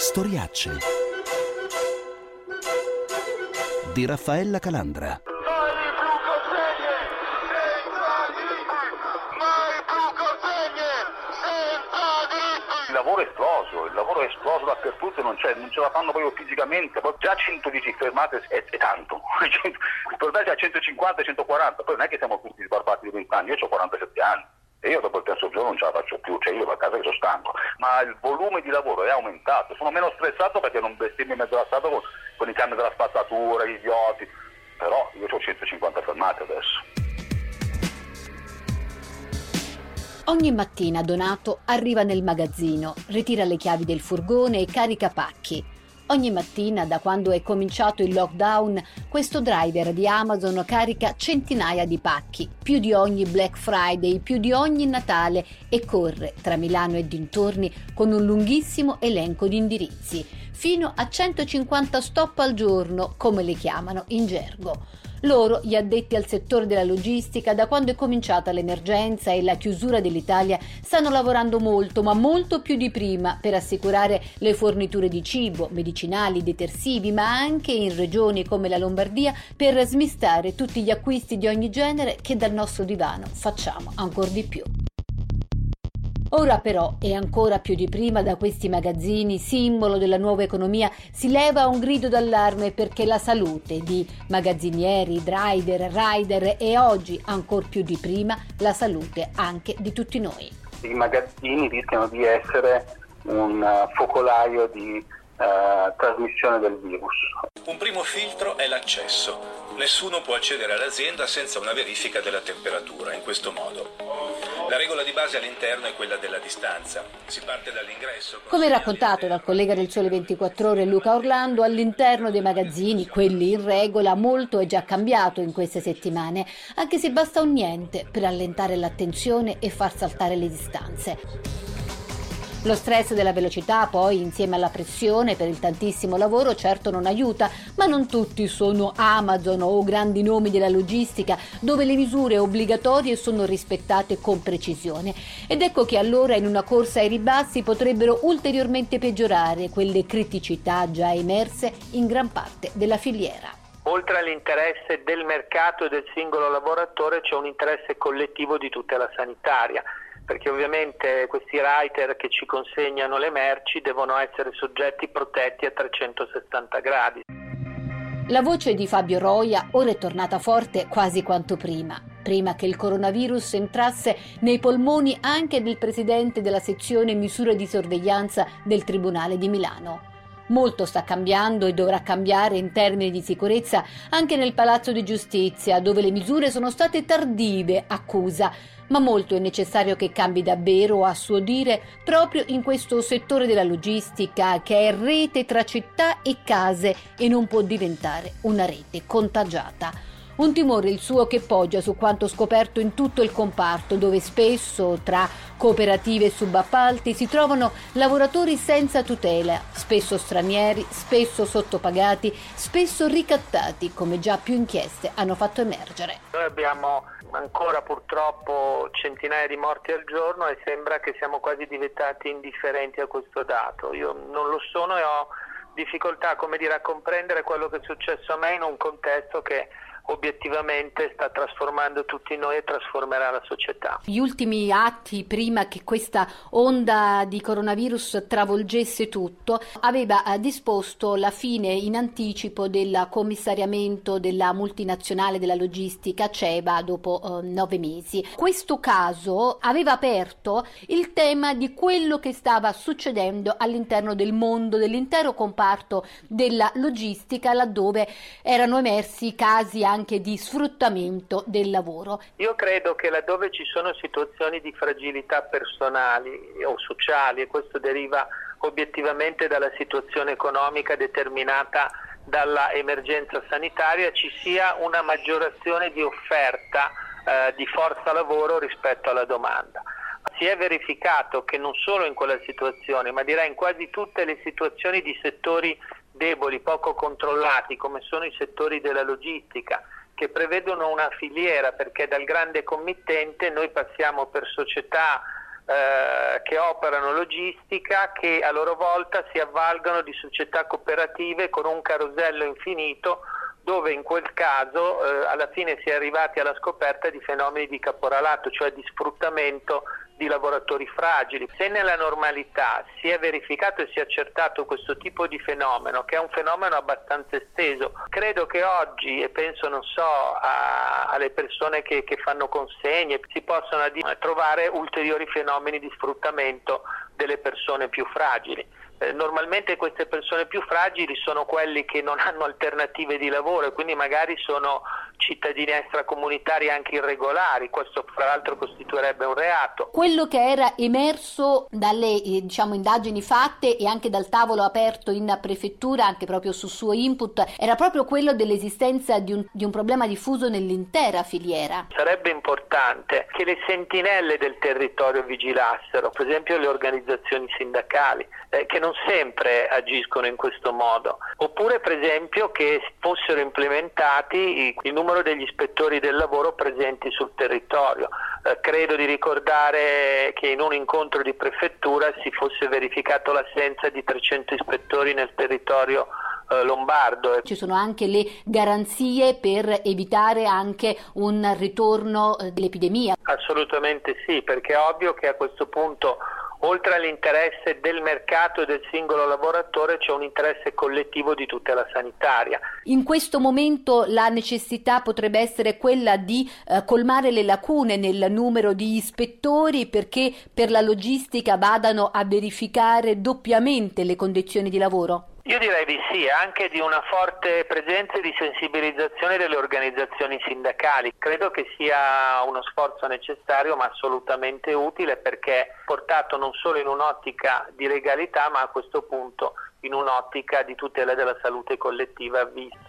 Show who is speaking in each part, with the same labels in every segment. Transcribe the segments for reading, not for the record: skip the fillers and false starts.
Speaker 1: Storiacce di Raffaella Calandra.
Speaker 2: Il lavoro è esploso dappertutto, non ce la fanno proprio fisicamente. Poi già 110 fermate è tanto, per me già 150, 140, poi non è che siamo tutti sbarbati di 20 anni, io ho 47 anni e io dopo il terzo giorno non ce la faccio più, cioè io vado a casa che sono stanco, ma il volume di lavoro è aumentato, sono meno stressato perché non vestirmi in mezzo alla strada con i camion della spazzatura, gli idioti, però io ho 150 fermate adesso.
Speaker 3: Ogni mattina Donato arriva nel magazzino, ritira le chiavi del furgone e carica pacchi. Ogni mattina, da quando è cominciato il lockdown, questo driver di Amazon carica centinaia di pacchi, più di ogni Black Friday, più di ogni Natale, e corre tra Milano e dintorni con un lunghissimo elenco di indirizzi, fino a 150 stop al giorno, come le chiamano in gergo. Loro, gli addetti al settore della logistica, da quando è cominciata l'emergenza e la chiusura dell'Italia, stanno lavorando molto, ma molto più di prima, per assicurare le forniture di cibo, medicinali, detersivi, ma anche in regioni come la Lombardia per smistare tutti gli acquisti di ogni genere che dal nostro divano facciamo ancor di più. Ora però, e ancora più di prima, da questi magazzini, simbolo della nuova economia, si leva un grido d'allarme perché la salute di magazzinieri, driver, rider e oggi, ancor più di prima, la salute anche di tutti noi.
Speaker 2: I magazzini rischiano di essere un focolaio di trasmissione del virus.
Speaker 4: Un primo filtro è l'accesso. Nessuno può accedere all'azienda senza una verifica della temperatura, in questo modo. La regola di base all'interno è quella della distanza. Si parte dall'ingresso.
Speaker 3: Come raccontato dal collega del Sole 24 Ore Luca Orlando, all'interno dei magazzini, quelli in regola, molto è già cambiato in queste settimane, anche se basta un niente per allentare l'attenzione e far saltare le distanze. Lo stress della velocità, poi, insieme alla pressione per il tantissimo lavoro, certo non aiuta, ma non tutti sono Amazon o grandi nomi della logistica, dove le misure obbligatorie sono rispettate con precisione. Ed ecco che allora, in una corsa ai ribassi, potrebbero ulteriormente peggiorare quelle criticità già emerse in gran parte della filiera.
Speaker 5: Oltre all'interesse del mercato e del singolo lavoratore, c'è un interesse collettivo di tutta la sanitaria, perché ovviamente questi rider che ci consegnano le merci devono essere soggetti protetti a 360 gradi.
Speaker 3: La voce di Fabio Roia ora è tornata forte quasi quanto prima che il coronavirus entrasse nei polmoni anche del presidente della sezione misure di sorveglianza del Tribunale di Milano. Molto sta cambiando e dovrà cambiare in termini di sicurezza anche nel Palazzo di Giustizia, dove le misure sono state tardive, accusa, ma molto è necessario che cambi davvero, a suo dire, proprio in questo settore della logistica che è rete tra città e case e non può diventare una rete contagiata. Un timore il suo che poggia su quanto scoperto in tutto il comparto, dove spesso tra cooperative e subappalti si trovano lavoratori senza tutela, spesso stranieri, spesso sottopagati, spesso ricattati, come già più inchieste hanno fatto emergere.
Speaker 5: Noi abbiamo ancora purtroppo centinaia di morti al giorno e sembra che siamo quasi diventati indifferenti a questo dato. Io non lo sono e ho difficoltà, a comprendere quello che è successo a me in un contesto che obiettivamente sta trasformando tutti noi e trasformerà la società.
Speaker 3: Gli ultimi atti, prima che questa onda di coronavirus travolgesse tutto, aveva disposto la fine in anticipo del commissariamento della multinazionale della logistica CEVA dopo 9 mesi. Questo caso aveva aperto il tema di quello che stava succedendo all'interno del mondo, dell'intero comparto della logistica, laddove erano emersi casi anche di sfruttamento del lavoro.
Speaker 5: Io credo che laddove ci sono situazioni di fragilità personali o sociali, e questo deriva obiettivamente dalla situazione economica determinata dalla emergenza sanitaria, ci sia una maggiorazione di offerta di forza lavoro rispetto alla domanda. Si è verificato che non solo in quella situazione, ma direi in quasi tutte le situazioni di settori deboli, poco controllati, come sono i settori della logistica, che prevedono una filiera, perché dal grande committente noi passiamo per società che operano logistica, che a loro volta si avvalgono di società cooperative con un carosello infinito, dove in quel caso alla fine si è arrivati alla scoperta di fenomeni di caporalato, cioè di sfruttamento di lavoratori fragili. Se nella normalità si è verificato e si è accertato questo tipo di fenomeno, che è un fenomeno abbastanza esteso, credo che oggi, e penso alle persone che fanno consegne, si possano trovare ulteriori fenomeni di sfruttamento delle persone più fragili. Normalmente queste persone più fragili sono quelli che non hanno alternative di lavoro e quindi magari sono cittadini extracomunitari anche irregolari. Questo fra l'altro costituirebbe un reato.
Speaker 3: Quello che era emerso dalle indagini fatte e anche dal tavolo aperto in prefettura, anche proprio su suo input, era proprio quello dell'esistenza di un problema diffuso nell'intera filiera.
Speaker 5: Sarebbe importante che le sentinelle del territorio vigilassero, per esempio le organizzazioni sindacali, che non sempre agiscono in questo modo, oppure per esempio che fossero implementati il numero degli ispettori del lavoro presenti sul territorio. Credo di ricordare che in un incontro di prefettura si fosse verificato l'assenza di 300 ispettori nel territorio lombardo.
Speaker 3: Ci sono anche le garanzie per evitare anche un ritorno dell'epidemia?
Speaker 5: Assolutamente sì, perché è ovvio che a questo punto, oltre all'interesse del mercato e del singolo lavoratore, c'è un interesse collettivo di tutela sanitaria.
Speaker 3: In questo momento la necessità potrebbe essere quella di colmare le lacune nel numero di ispettori, perché per la logistica vadano a verificare doppiamente le condizioni di lavoro?
Speaker 5: Io direi di sì, anche di una forte presenza e di sensibilizzazione delle organizzazioni sindacali. Credo che sia uno sforzo necessario ma assolutamente utile, perché è portato non solo in un'ottica di legalità ma a questo punto in un'ottica di tutela della salute collettiva a vista.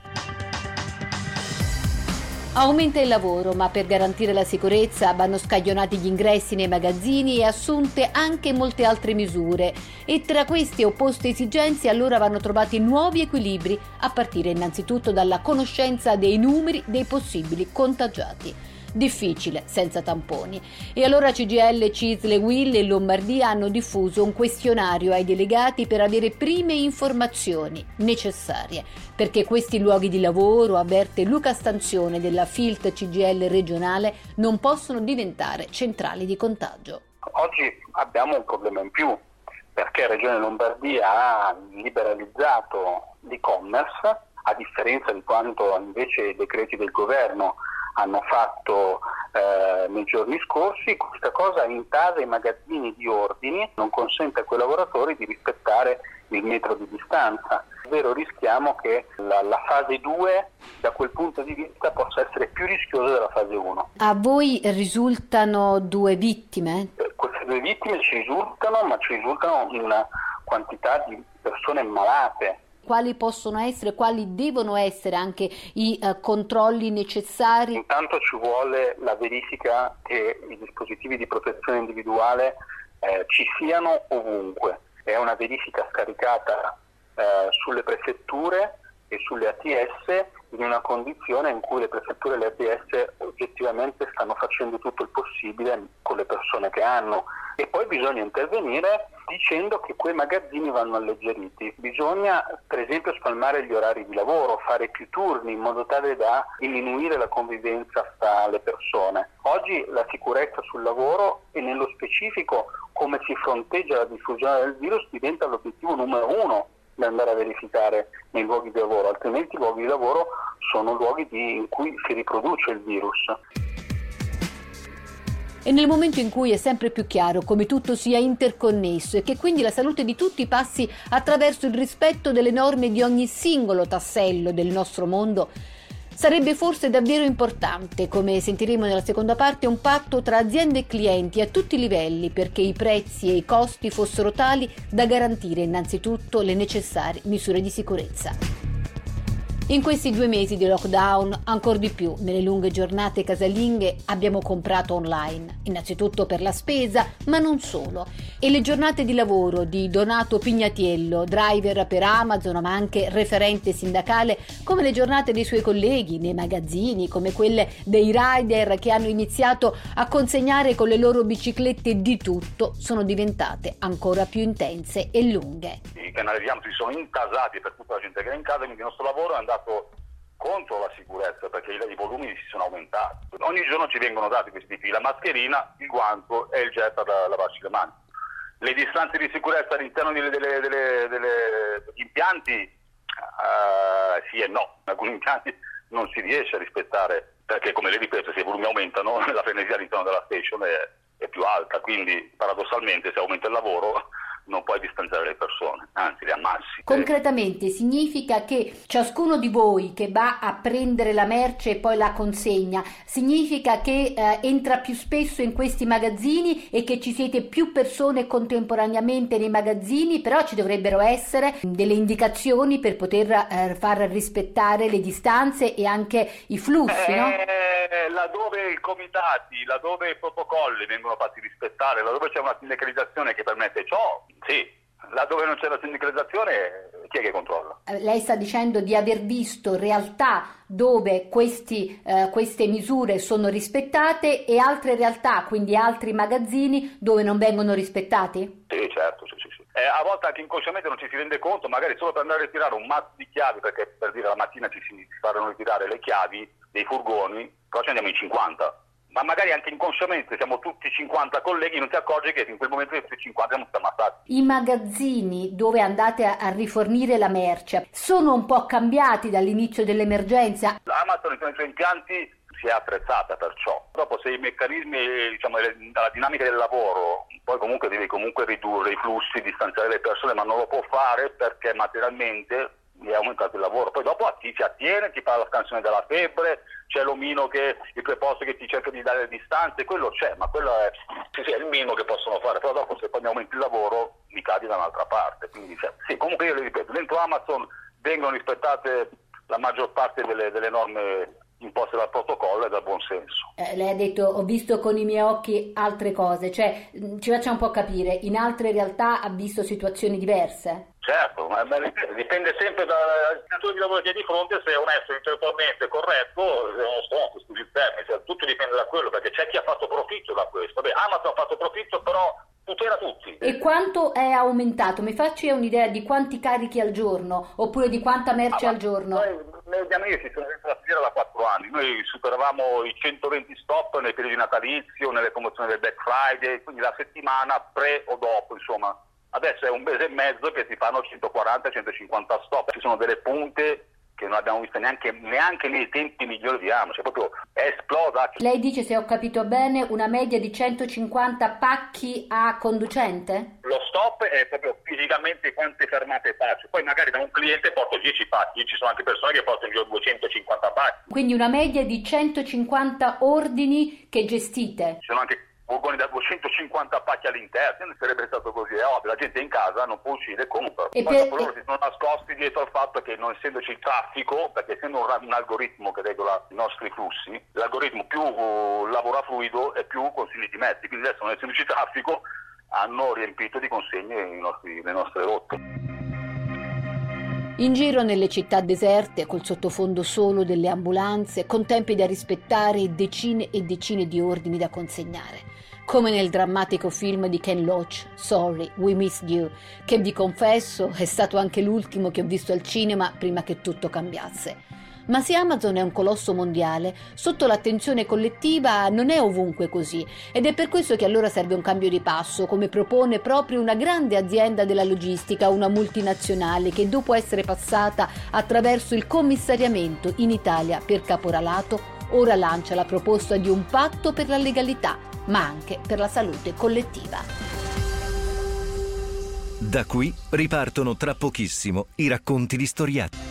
Speaker 3: Aumenta il lavoro, ma per garantire la sicurezza vanno scaglionati gli ingressi nei magazzini e assunte anche molte altre misure. E tra queste opposte esigenze allora vanno trovati nuovi equilibri, a partire innanzitutto dalla conoscenza dei numeri dei possibili contagiati. Difficile senza tamponi. E allora CGIL, CISL, UIL e Lombardia hanno diffuso un questionario ai delegati per avere prime informazioni necessarie, perché questi luoghi di lavoro, avverte Luca Stanzione della FILT CGIL regionale, non possono diventare centrali di contagio.
Speaker 2: Oggi abbiamo un problema in più, perché Regione Lombardia ha liberalizzato l'e-commerce, a differenza di quanto invece i decreti del governo hanno fatto nei giorni scorsi. Questa cosa intasa i magazzini di ordini, non consente a quei lavoratori di rispettare il metro di distanza. Davvero rischiamo che la fase 2 da quel punto di vista possa essere più rischiosa della fase 1.
Speaker 3: A voi risultano 2 vittime?
Speaker 2: Queste 2 vittime ci risultano, ma ci risultano una quantità di persone malate.
Speaker 3: Quali possono essere, quali devono essere anche i controlli necessari?
Speaker 2: Intanto ci vuole la verifica che i dispositivi di protezione individuale ci siano ovunque. È una verifica scaricata sulle prefetture e sulle ATS, in una condizione in cui le prefetture e le ATS oggettivamente stanno facendo tutto il possibile con le persone che hanno. E poi bisogna intervenire dicendo che quei magazzini vanno alleggeriti. Bisogna per esempio spalmare gli orari di lavoro, fare più turni in modo tale da diminuire la convivenza fra le persone. Oggi la sicurezza sul lavoro e nello specifico come si fronteggia la diffusione del virus diventa l'obiettivo numero 1 da andare a verificare nei luoghi di lavoro, altrimenti i luoghi di lavoro sono luoghi in cui si riproduce il virus.
Speaker 3: E nel momento in cui è sempre più chiaro come tutto sia interconnesso e che quindi la salute di tutti passi attraverso il rispetto delle norme di ogni singolo tassello del nostro mondo, sarebbe forse davvero importante, come sentiremo nella seconda parte, un patto tra aziende e clienti a tutti i livelli, perché i prezzi e i costi fossero tali da garantire innanzitutto le necessarie misure di sicurezza. In questi 2 mesi di lockdown, ancor di più, nelle lunghe giornate casalinghe abbiamo comprato online, innanzitutto per la spesa, ma non solo. E le giornate di lavoro di Donato Pignatiello, driver per Amazon, ma anche referente sindacale, come le giornate dei suoi colleghi nei magazzini, come quelle dei rider che hanno iniziato a consegnare con le loro biciclette di tutto, sono diventate ancora più intense e lunghe.
Speaker 2: I canalieriamo si sono intasati per tutta la gente che è in casa, quindi il nostro lavoro è andato contro la sicurezza perché i volumi si sono aumentati. Ogni giorno ci vengono dati questi tipi, la mascherina, il guanto e il gel per lavarci le mani. Le distanze di sicurezza all'interno degli impianti sì e no, in alcuni impianti non si riesce a rispettare perché, come le ripeto, se i volumi aumentano la frenesia all'interno della station è più alta, quindi paradossalmente se aumenta il lavoro non puoi distanziare le persone, anzi le ammassi.
Speaker 3: Concretamente significa che ciascuno di voi che va a prendere la merce e poi la consegna, significa che entra più spesso in questi magazzini e che ci siete più persone contemporaneamente nei magazzini, però ci dovrebbero essere delle indicazioni per poter far rispettare le distanze e anche i flussi, no?
Speaker 2: Laddove i comitati, laddove i protocolli vengono fatti rispettare, laddove c'è una sindacalizzazione che permette ciò, sì. Laddove non c'è la sindacalizzazione, chi è che controlla?
Speaker 3: Lei sta dicendo di aver visto realtà dove queste misure sono rispettate e altre realtà, quindi altri magazzini, dove non vengono rispettati?
Speaker 2: Sì, certo, sì. A volte anche inconsciamente non ci si rende conto, magari solo per andare a ritirare un mazzo di chiavi, perché per dire la mattina ci si faranno ritirare le chiavi dei furgoni, però ci andiamo in 50. Ma magari anche inconsciamente siamo tutti 50 colleghi, non ti accorgi che in quel momento tutti 50 siamo stati ammazzati.
Speaker 3: I magazzini dove andate a rifornire la merce sono un po' cambiati dall'inizio dell'emergenza?
Speaker 2: Amazon nei suoi impianti si è attrezzata per ciò. Dopo se i meccanismi, dalla dinamica del lavoro, poi comunque devi ridurre i flussi, distanziare le persone, ma non lo può fare perché materialmente è aumentato il lavoro. Poi dopo ti attiene, ti fa la scansione della febbre, c'è l'omino il preposto che ti cerca di dare le distanze, quello c'è, ma quello è il minimo che possono fare. Però dopo se poi ne aumenti il lavoro mi cadi da un'altra parte. Quindi sì, comunque io le ripeto, dentro Amazon vengono rispettate la maggior parte delle norme imposte dal protocollo e dal buon senso.
Speaker 3: Lei ha detto ho visto con i miei occhi altre cose, cioè ci faccia un po' capire, in altre realtà ha visto situazioni diverse?
Speaker 2: Certo, ma dipende sempre dal datore di lavoro che è di fronte, se è onesto, intellettualmente corretto, se non stronzo, scusi il termine, tutto dipende da quello, perché c'è chi ha fatto profitto da questo. Amazon ha fatto profitto, però tutela tutti.
Speaker 3: E quanto è aumentato? Mi faccia un'idea di quanti carichi al giorno, oppure di quanta merce al giorno?
Speaker 2: Noi mediamente siamo dentro la filiera da 4 anni, noi superavamo i 120 stop nei periodi natalizio, nelle promozioni del Black Friday, quindi la settimana pre o dopo, insomma. Adesso è un mese e mezzo che si fanno 140-150 stop, ci sono delle punte che non abbiamo visto neanche nei tempi migliori di anno, proprio è esplosa.
Speaker 3: Lei dice, se ho capito bene, una media di 150 pacchi a conducente?
Speaker 2: Lo stop è proprio fisicamente quante fermate faccio, poi magari da un cliente porto 10 pacchi, ci sono anche persone che portano in giro 250 pacchi.
Speaker 3: Quindi una media di 150 ordini che gestite?
Speaker 2: Ci sono anche furgoni da 250 pacchi all'interno, sarebbe stato così, è ovvio, la gente in casa non può uscire e compra. Poi dopo loro si sono nascosti dietro al fatto che non essendoci il traffico, perché essendo un algoritmo che regola i nostri flussi, l'algoritmo più lavora fluido e più consigli di mezzi, quindi adesso non essendoci traffico hanno riempito di consegne le nostre rotte.
Speaker 3: In giro nelle città deserte, col sottofondo solo delle ambulanze, con tempi da rispettare e decine di ordini da consegnare. Come nel drammatico film di Ken Loach, Sorry, We Missed You, che vi confesso è stato anche l'ultimo che ho visto al cinema prima che tutto cambiasse. Ma se Amazon è un colosso mondiale, sotto l'attenzione collettiva non è ovunque così, ed è per questo che allora serve un cambio di passo, come propone proprio una grande azienda della logistica, una multinazionale che dopo essere passata attraverso il commissariamento in Italia per caporalato, ora lancia la proposta di un patto per la legalità, ma anche per la salute collettiva.
Speaker 6: Da qui ripartono tra pochissimo i racconti di Storiacce.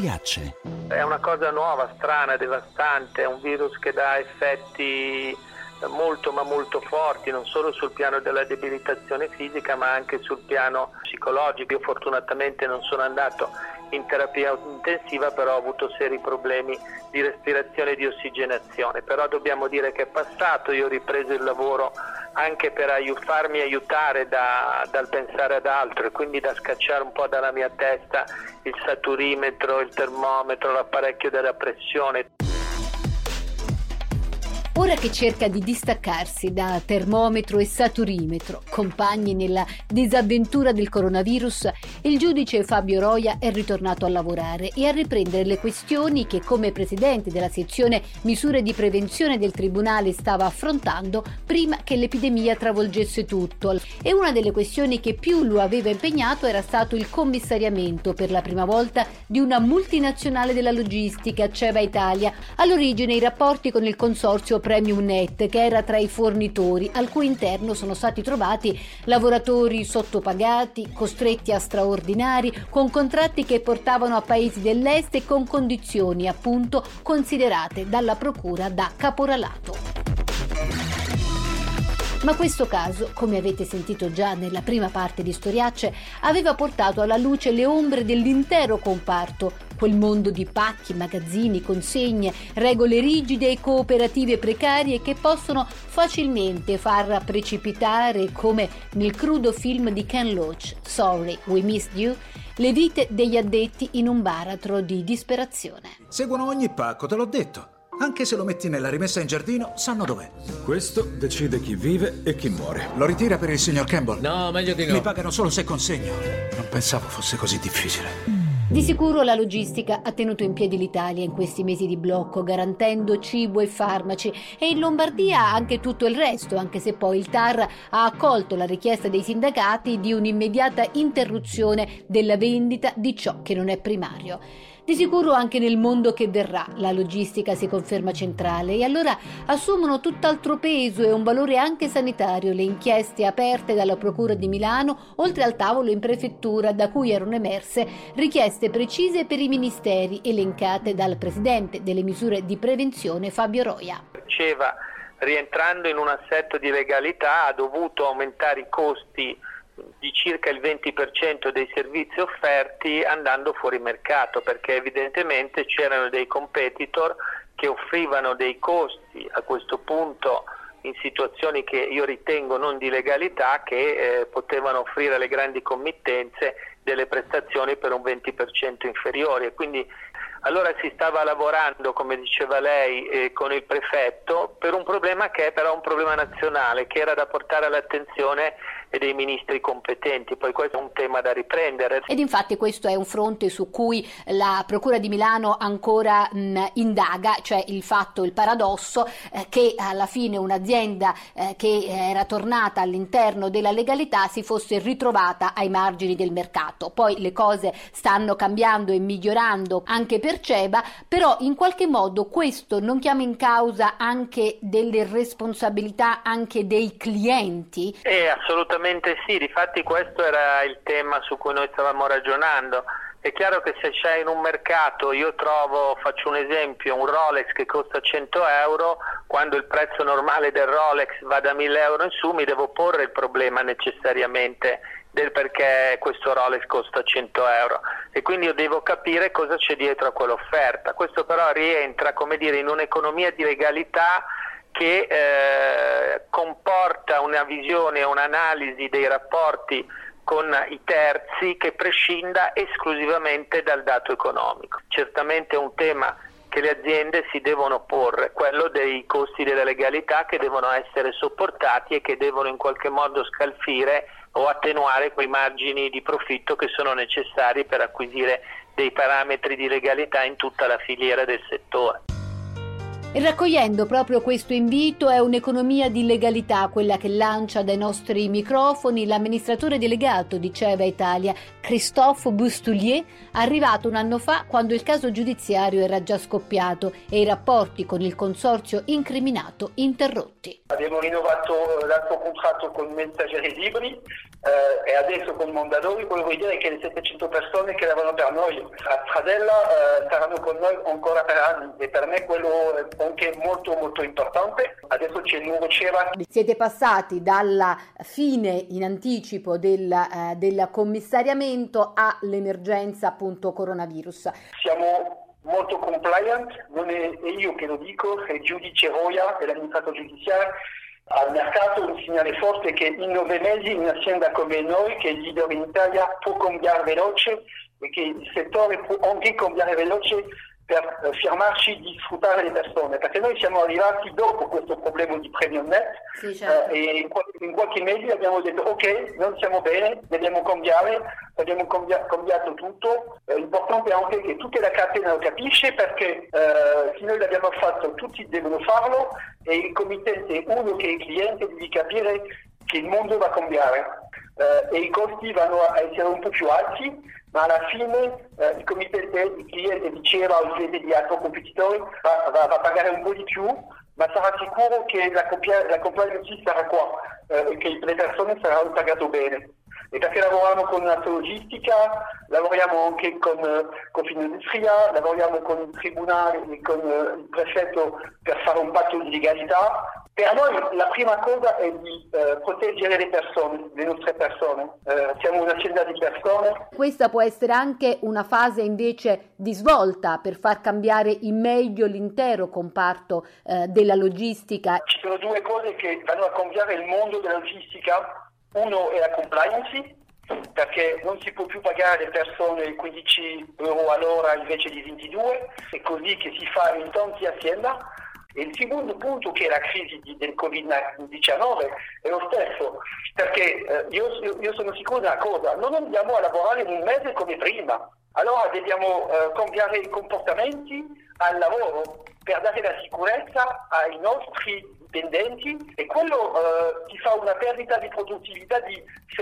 Speaker 1: Storiacce.
Speaker 5: È una cosa nuova, strana, devastante, è un virus che dà effetti molto ma molto forti, non solo sul piano della debilitazione fisica ma anche sul piano psicologico. Io fortunatamente non sono andato in terapia intensiva, però ho avuto seri problemi di respirazione e di ossigenazione, però dobbiamo dire che è passato. Io ho ripreso il lavoro anche per farmi aiutare dal pensare ad altro e quindi da scacciare un po' dalla mia testa il saturimetro, il termometro, l'apparecchio della pressione.
Speaker 3: Ora che cerca di distaccarsi da termometro e saturimetro, compagni nella disavventura del coronavirus, il giudice Fabio Roia è ritornato a lavorare e a riprendere le questioni che come presidente della sezione misure di prevenzione del tribunale stava affrontando prima che l'epidemia travolgesse tutto. E una delle questioni che più lo aveva impegnato era stato il commissariamento per la prima volta di una multinazionale della logistica, Ceva Italia, all'origine i rapporti con il consorzio PremiumNet, che era tra i fornitori, al cui interno sono stati trovati lavoratori sottopagati, costretti a straordinari, con contratti che portavano a paesi dell'est e con condizioni appunto considerate dalla procura da caporalato. Ma questo caso, come avete sentito già nella prima parte di Storiacce, aveva portato alla luce le ombre dell'intero comparto, quel mondo di pacchi, magazzini, consegne, regole rigide e cooperative precarie che possono facilmente far precipitare, come nel crudo film di Ken Loach, Sorry, We Missed You, le vite degli addetti in un baratro di disperazione.
Speaker 7: Seguono ogni pacco, te l'ho detto. Anche se lo metti nella rimessa in giardino, sanno dov'è.
Speaker 8: Questo decide chi vive e chi muore.
Speaker 7: Lo ritira per il signor Campbell?
Speaker 8: No, meglio di no.
Speaker 7: Mi pagano solo se consegno. Non pensavo fosse così difficile.
Speaker 3: Di sicuro la logistica ha tenuto in piedi l'Italia in questi mesi di blocco, garantendo cibo e farmaci, e in Lombardia anche tutto il resto, anche se poi il TAR ha accolto la richiesta dei sindacati di un'immediata interruzione della vendita di ciò che non è primario. Di sicuro anche nel mondo che verrà la logistica si conferma centrale e allora assumono tutt'altro peso e un valore anche sanitario le inchieste aperte dalla Procura di Milano, oltre al tavolo in prefettura, da cui erano emerse richieste precise per i ministeri elencate dal presidente delle misure di prevenzione Fabio Roia.
Speaker 5: Ceva, rientrando in un assetto di legalità, ha dovuto aumentare i costi di circa il 20% dei servizi offerti andando fuori mercato, perché evidentemente c'erano dei competitor che offrivano dei costi a questo punto in situazioni che io ritengo non di legalità, che potevano offrire alle grandi committenze delle prestazioni per un 20% inferiori, e quindi allora si stava lavorando, come diceva lei, con il prefetto per un problema che è però un problema nazionale, che era da portare all'attenzione dei ministri competenti. Poi questo è un tema da riprendere.
Speaker 3: Ed infatti questo è un fronte su cui la Procura di Milano ancora indaga, cioè il paradosso che alla fine un'azienda che era tornata all'interno della legalità si fosse ritrovata ai margini del mercato. Poi le cose stanno cambiando e migliorando anche per Ceva, però in qualche modo questo non chiama in causa anche delle responsabilità anche dei clienti?
Speaker 5: Assolutamente sì, difatti questo era il tema su cui noi stavamo ragionando. È chiaro che se c'è in un mercato, io trovo, faccio un esempio, un Rolex che costa 100 euro, quando il prezzo normale del Rolex va da 1000 euro in su, mi devo porre il problema necessariamente del perché questo Rolex costa 100 euro, e quindi io devo capire cosa c'è dietro a quell'offerta. Questo però rientra, come dire, in un'economia di legalità che comporta una visione e un'analisi dei rapporti con i terzi che prescinda esclusivamente dal dato economico. Certamente è un tema che le aziende si devono porre, quello dei costi della legalità, che devono essere sopportati e che devono in qualche modo scalfire o attenuare quei margini di profitto che sono necessari per acquisire dei parametri di legalità in tutta la filiera del settore.
Speaker 3: E raccogliendo proprio questo invito, è un'economia di legalità quella che lancia dai nostri microfoni l'amministratore delegato di Ceva Italia, Christophe Bustoulier, arrivato un anno fa quando il caso giudiziario era già scoppiato e i rapporti con il consorzio incriminato interrotti.
Speaker 9: Abbiamo rinnovato l'altro contratto con Messaggeri Libri e adesso con Mondadori. Volevo dire che le 700 persone che lavorano per noi a Pradella saranno con noi ancora per anni, e per me quello anche molto molto importante. Adesso c'è il nuovo CERA.
Speaker 3: Siete passati dalla fine in anticipo del commissariamento all'emergenza appunto coronavirus.
Speaker 9: Siamo molto compliant, non è io che lo dico, è il giudice Roia dell'amministrato giudiziario. Al mercato un segnale forte che in 9 mesi un'azienda come noi, che è leader in Italia, può cambiare veloce e che il settore può anche cambiare veloce per fermarci di sfruttare le persone, perché noi siamo arrivati dopo questo problema di premium net.
Speaker 3: Sì, certo.
Speaker 9: E in qualche mese abbiamo detto ok, non siamo bene, dobbiamo cambiare, abbiamo cambiato tutto. L'importante è anche che tutta la catena lo capisce, perché se noi l'abbiamo fatto tutti devono farlo, e il committente, uno che è il cliente, deve capire che il mondo va a cambiare e i costi vanno a essere un po' più alti, ma alla fine il committente, il cliente diceva al cliente di altri competitori va a pagare un po' di più, ma sarà sicuro che la compliance sarà qua e che le persone saranno pagate bene. E perché lavoriamo con una logistica, lavoriamo anche con Confindustria, lavoriamo con il tribunale e con il prefetto per fare un patto di legalità. Per noi la prima cosa è di proteggere le persone, le nostre persone. Siamo un'azienda di persone.
Speaker 3: Questa può essere anche una fase invece di svolta per far cambiare in meglio l'intero comparto della logistica.
Speaker 9: Ci sono due cose che vanno a cambiare il mondo della logistica. Uno è la compliance, perché non si può più pagare le persone 15 euro all'ora invece di 22, è così che si fa in tante aziende. E il secondo punto, che è la crisi del Covid-19, è lo stesso, perché io sono sicuro di una cosa, non andiamo a lavorare in un mese come prima, allora dobbiamo cambiare i comportamenti al lavoro per dare la sicurezza ai nostri dipendenti, e quello ti fa una perdita di produttività di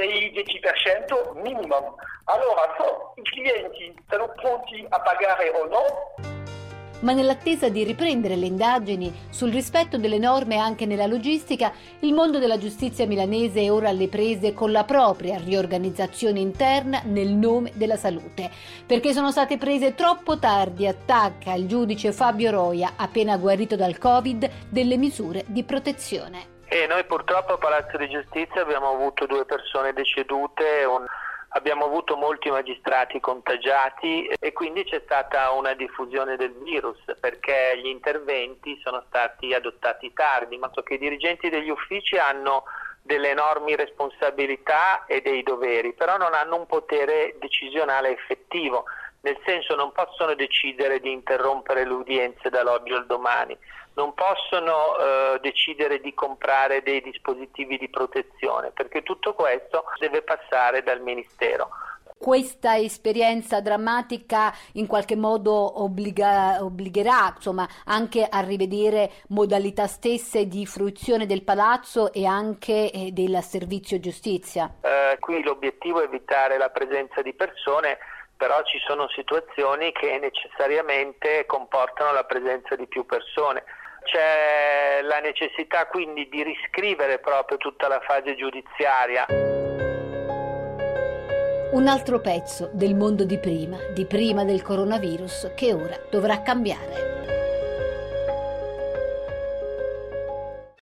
Speaker 9: 6-10% minimo. Allora, i clienti sono pronti a pagare o no?
Speaker 3: Ma nell'attesa di riprendere le indagini sul rispetto delle norme anche nella logistica, il mondo della giustizia milanese è ora alle prese con la propria riorganizzazione interna nel nome della salute, perché sono state prese troppo tardi, attacca il giudice Fabio Roia, appena guarito dal Covid, delle misure di protezione.
Speaker 5: E noi purtroppo a Palazzo di Giustizia abbiamo avuto 2 persone decedute, abbiamo avuto molti magistrati contagiati e quindi c'è stata una diffusione del virus, perché gli interventi sono stati adottati tardi, ma so che i dirigenti degli uffici hanno delle enormi responsabilità e dei doveri, però non hanno un potere decisionale effettivo, nel senso non possono decidere di interrompere le udienze dall'oggi al domani, non possono decidere di comprare dei dispositivi di protezione, perché tutto questo deve passare dal Ministero.
Speaker 3: Questa esperienza drammatica in qualche modo obbligherà anche a rivedere modalità stesse di fruizione del palazzo e anche del servizio giustizia.
Speaker 5: Qui l'obiettivo è evitare la presenza di persone, però ci sono situazioni che necessariamente comportano la presenza di più persone. C'è la necessità quindi di riscrivere proprio tutta la fase giudiziaria.
Speaker 3: Un altro pezzo del mondo di prima del coronavirus, che ora dovrà cambiare.